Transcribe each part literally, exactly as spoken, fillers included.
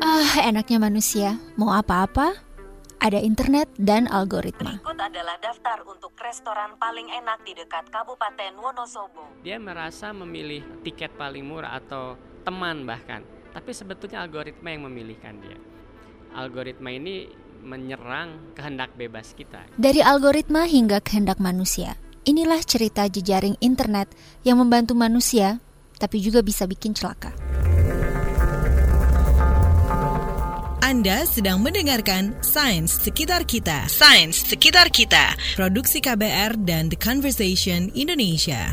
Ah, enaknya manusia. Mau apa-apa, ada internet dan algoritma. Berikut adalah daftar untuk restoran paling enak di dekat Kabupaten Wonosobo. Dia merasa memilih tiket paling murah atau teman bahkan, tapi sebetulnya algoritma yang memilihkan dia. Algoritma ini menyerang kehendak bebas kita. Dari algoritma hingga kehendak manusia, inilah cerita jejaring internet yang membantu manusia, tapi juga bisa bikin celaka. Anda sedang mendengarkan Sains Sekitar Kita. Sains Sekitar Kita. Produksi K B R dan The Conversation Indonesia.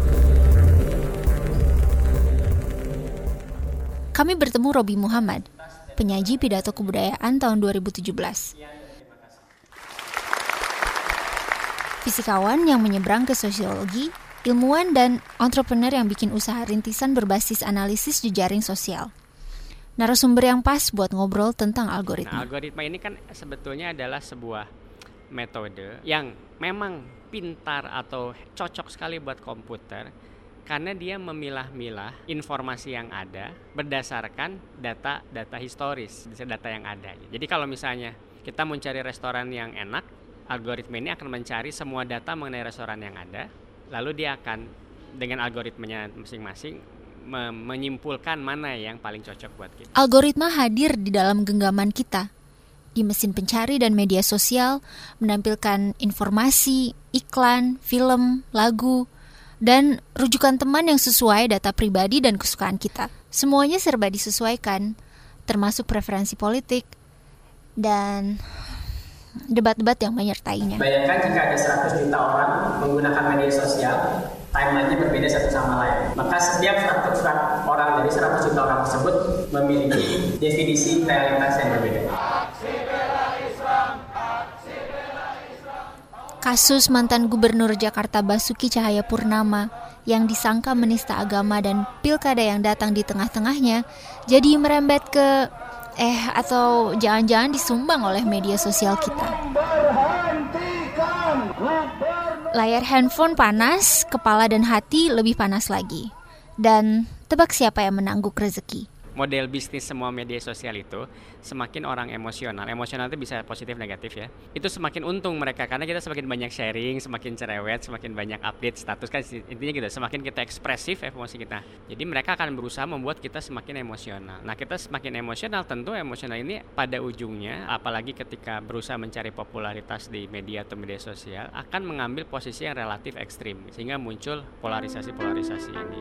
Kami bertemu Robi Muhammad, penyaji pidato kebudayaan tahun dua ribu tujuh belas. Fisikawan yang menyeberang ke sosiologi, ilmuwan dan entrepreneur yang bikin usaha rintisan berbasis analisis jejaring sosial. Narasumber yang pas buat ngobrol tentang algoritma. Nah, algoritma ini kan sebetulnya adalah sebuah metode yang memang pintar atau cocok sekali buat komputer karena dia memilah-milah informasi yang ada berdasarkan data-data historis, data yang ada. Jadi kalau misalnya kita mau cari restoran yang enak, algoritma ini akan mencari semua data mengenai restoran yang ada, lalu dia akan dengan algoritmanya masing-masing menyimpulkan mana yang paling cocok buat kita. Algoritma hadir di dalam genggaman kita, di mesin pencari dan media sosial, menampilkan informasi, iklan, film, lagu, dan rujukan teman yang sesuai data pribadi dan kesukaan kita. Semuanya serba disesuaikan, termasuk preferensi politik dan debat-debat yang menyertainya. Bayangkan jika ada seratus juta orang menggunakan media sosial, timeline-nya berbeda satu sama lain. Maka setiap seratus orang dari seratus juta orang tersebut memiliki definisi realitas yang berbeda. Kasus mantan Gubernur Jakarta Basuki Cahayapurnama yang disangka menista agama dan pilkada yang datang di tengah-tengahnya jadi merembet ke eh atau jangan-jangan disumbang oleh media sosial kita. Layar handphone panas, kepala dan hati lebih panas lagi. Dan tebak siapa yang menangguk rezeki? Model bisnis semua media sosial itu semakin orang emosional. Emosional itu bisa positif negatif ya. Itu semakin untung mereka karena kita semakin banyak sharing, semakin cerewet, semakin banyak update status kan intinya gitu. Semakin kita ekspresif emosi kita. Jadi mereka akan berusaha membuat kita semakin emosional. Nah, kita semakin emosional, tentu emosional ini pada ujungnya apalagi ketika berusaha mencari popularitas di media atau media sosial akan mengambil posisi yang relatif ekstrim sehingga muncul polarisasi-polarisasi ini.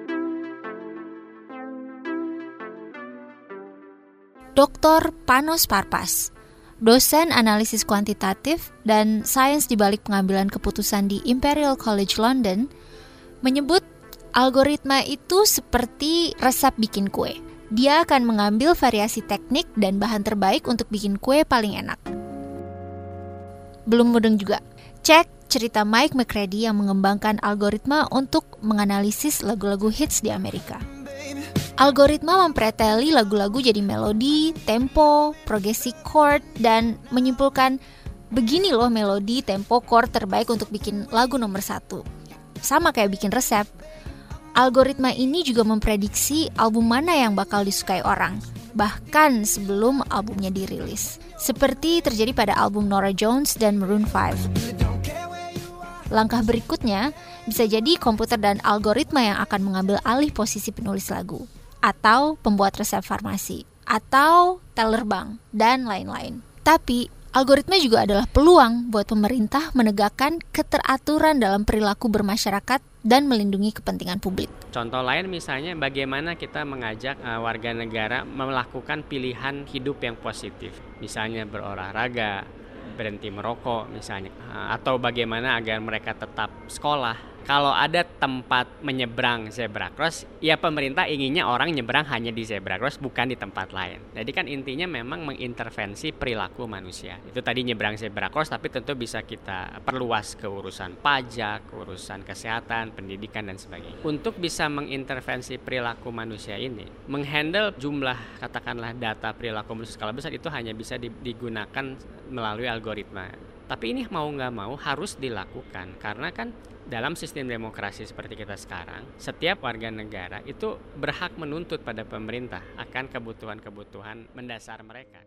Doktor Panos Parpas, dosen analisis kuantitatif dan sains di balik pengambilan keputusan di Imperial College London, menyebut algoritma itu seperti resep bikin kue. Dia akan mengambil variasi teknik dan bahan terbaik untuk bikin kue paling enak. Belum mudeng juga. Cek cerita Mike McCready yang mengembangkan algoritma untuk menganalisis lagu-lagu hits di Amerika. Algoritma mempreteli lagu-lagu jadi melodi, tempo, progresi chord, dan menyimpulkan begini loh melodi, tempo, chord terbaik untuk bikin lagu nomor satu. Sama kayak bikin resep. Algoritma ini juga memprediksi album mana yang bakal disukai orang, bahkan sebelum albumnya dirilis. Seperti terjadi pada album Norah Jones dan Maroon five. Langkah berikutnya bisa jadi komputer dan algoritma yang akan mengambil alih posisi penulis lagu, atau pembuat resep farmasi, atau teller bank, dan lain-lain. Tapi, algoritma juga adalah peluang buat pemerintah menegakkan keteraturan dalam perilaku bermasyarakat dan melindungi kepentingan publik. Contoh lain misalnya bagaimana kita mengajak uh, warga negara melakukan pilihan hidup yang positif. Misalnya berolahraga, berhenti merokok misalnya, uh, atau bagaimana agar mereka tetap sekolah. Kalau ada tempat menyeberang zebra cross, ya pemerintah inginnya orang nyeberang hanya di zebra cross, bukan di tempat lain. Jadi kan intinya memang mengintervensi perilaku manusia. Itu tadi nyeberang zebra cross, tapi tentu bisa kita perluas ke urusan pajak, ke urusan kesehatan, pendidikan, dan sebagainya. Untuk bisa mengintervensi perilaku manusia ini, menghandle jumlah, katakanlah data perilaku manusia skala besar, itu hanya bisa digunakan melalui algoritma. Tapi ini mau nggak mau harus dilakukan, karena kan Dalam sistem demokrasi seperti kita sekarang, setiap warga negara itu berhak menuntut pada pemerintah akan kebutuhan-kebutuhan mendasar mereka.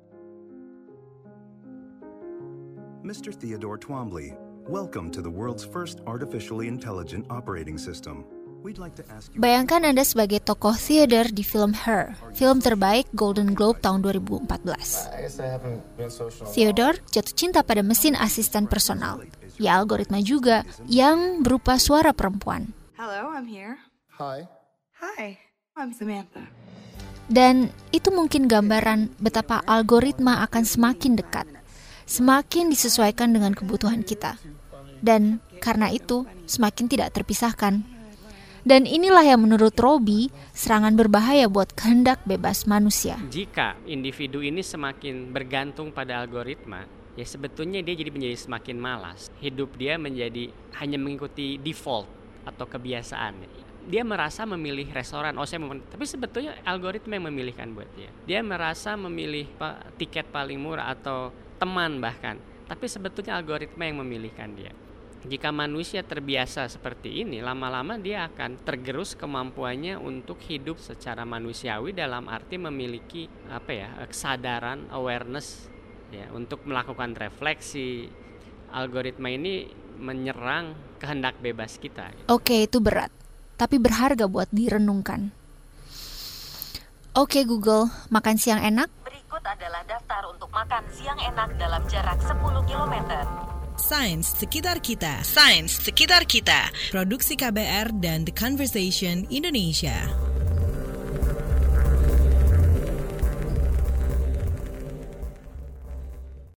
Mister Theodore Twombly, welcome to the world's first artificially intelligent operating system. We'd like to ask you... Bayangkan Anda sebagai tokoh Theodore di film Her, film terbaik Golden Globe tahun dua ribu empat belas. Theodore jatuh cinta pada mesin asisten personal, ya algoritma juga, yang berupa suara perempuan. Hello, I'm here. Hi. Hi, I'm Samantha. Dan itu mungkin gambaran betapa algoritma akan semakin dekat, semakin disesuaikan dengan kebutuhan kita. Dan karena itu, semakin tidak terpisahkan. Dan inilah yang menurut Robi, serangan berbahaya buat kehendak bebas manusia. Jika individu ini semakin bergantung pada algoritma, ya sebetulnya dia jadi menjadi semakin malas. Hidup dia menjadi hanya mengikuti default atau kebiasaan. Dia merasa memilih restoran, oh saya mau, tapi sebetulnya algoritma yang memilihkan buat dia. Dia merasa memilih pak, tiket paling murah atau teman bahkan, tapi sebetulnya algoritma yang memilihkan dia. Jika manusia terbiasa seperti ini, lama-lama dia akan tergerus kemampuannya untuk hidup secara manusiawi dalam arti memiliki apa ya kesadaran, awareness, ya, untuk melakukan refleksi. Algoritma ini menyerang kehendak bebas kita. Oke, itu berat, tapi berharga buat direnungkan. Oke Google, makan siang enak? Berikut adalah daftar untuk makan siang enak dalam jarak sepuluh kilometer. Sains Sekitar Kita. Sains Sekitar Kita. Produksi K B R dan The Conversation Indonesia.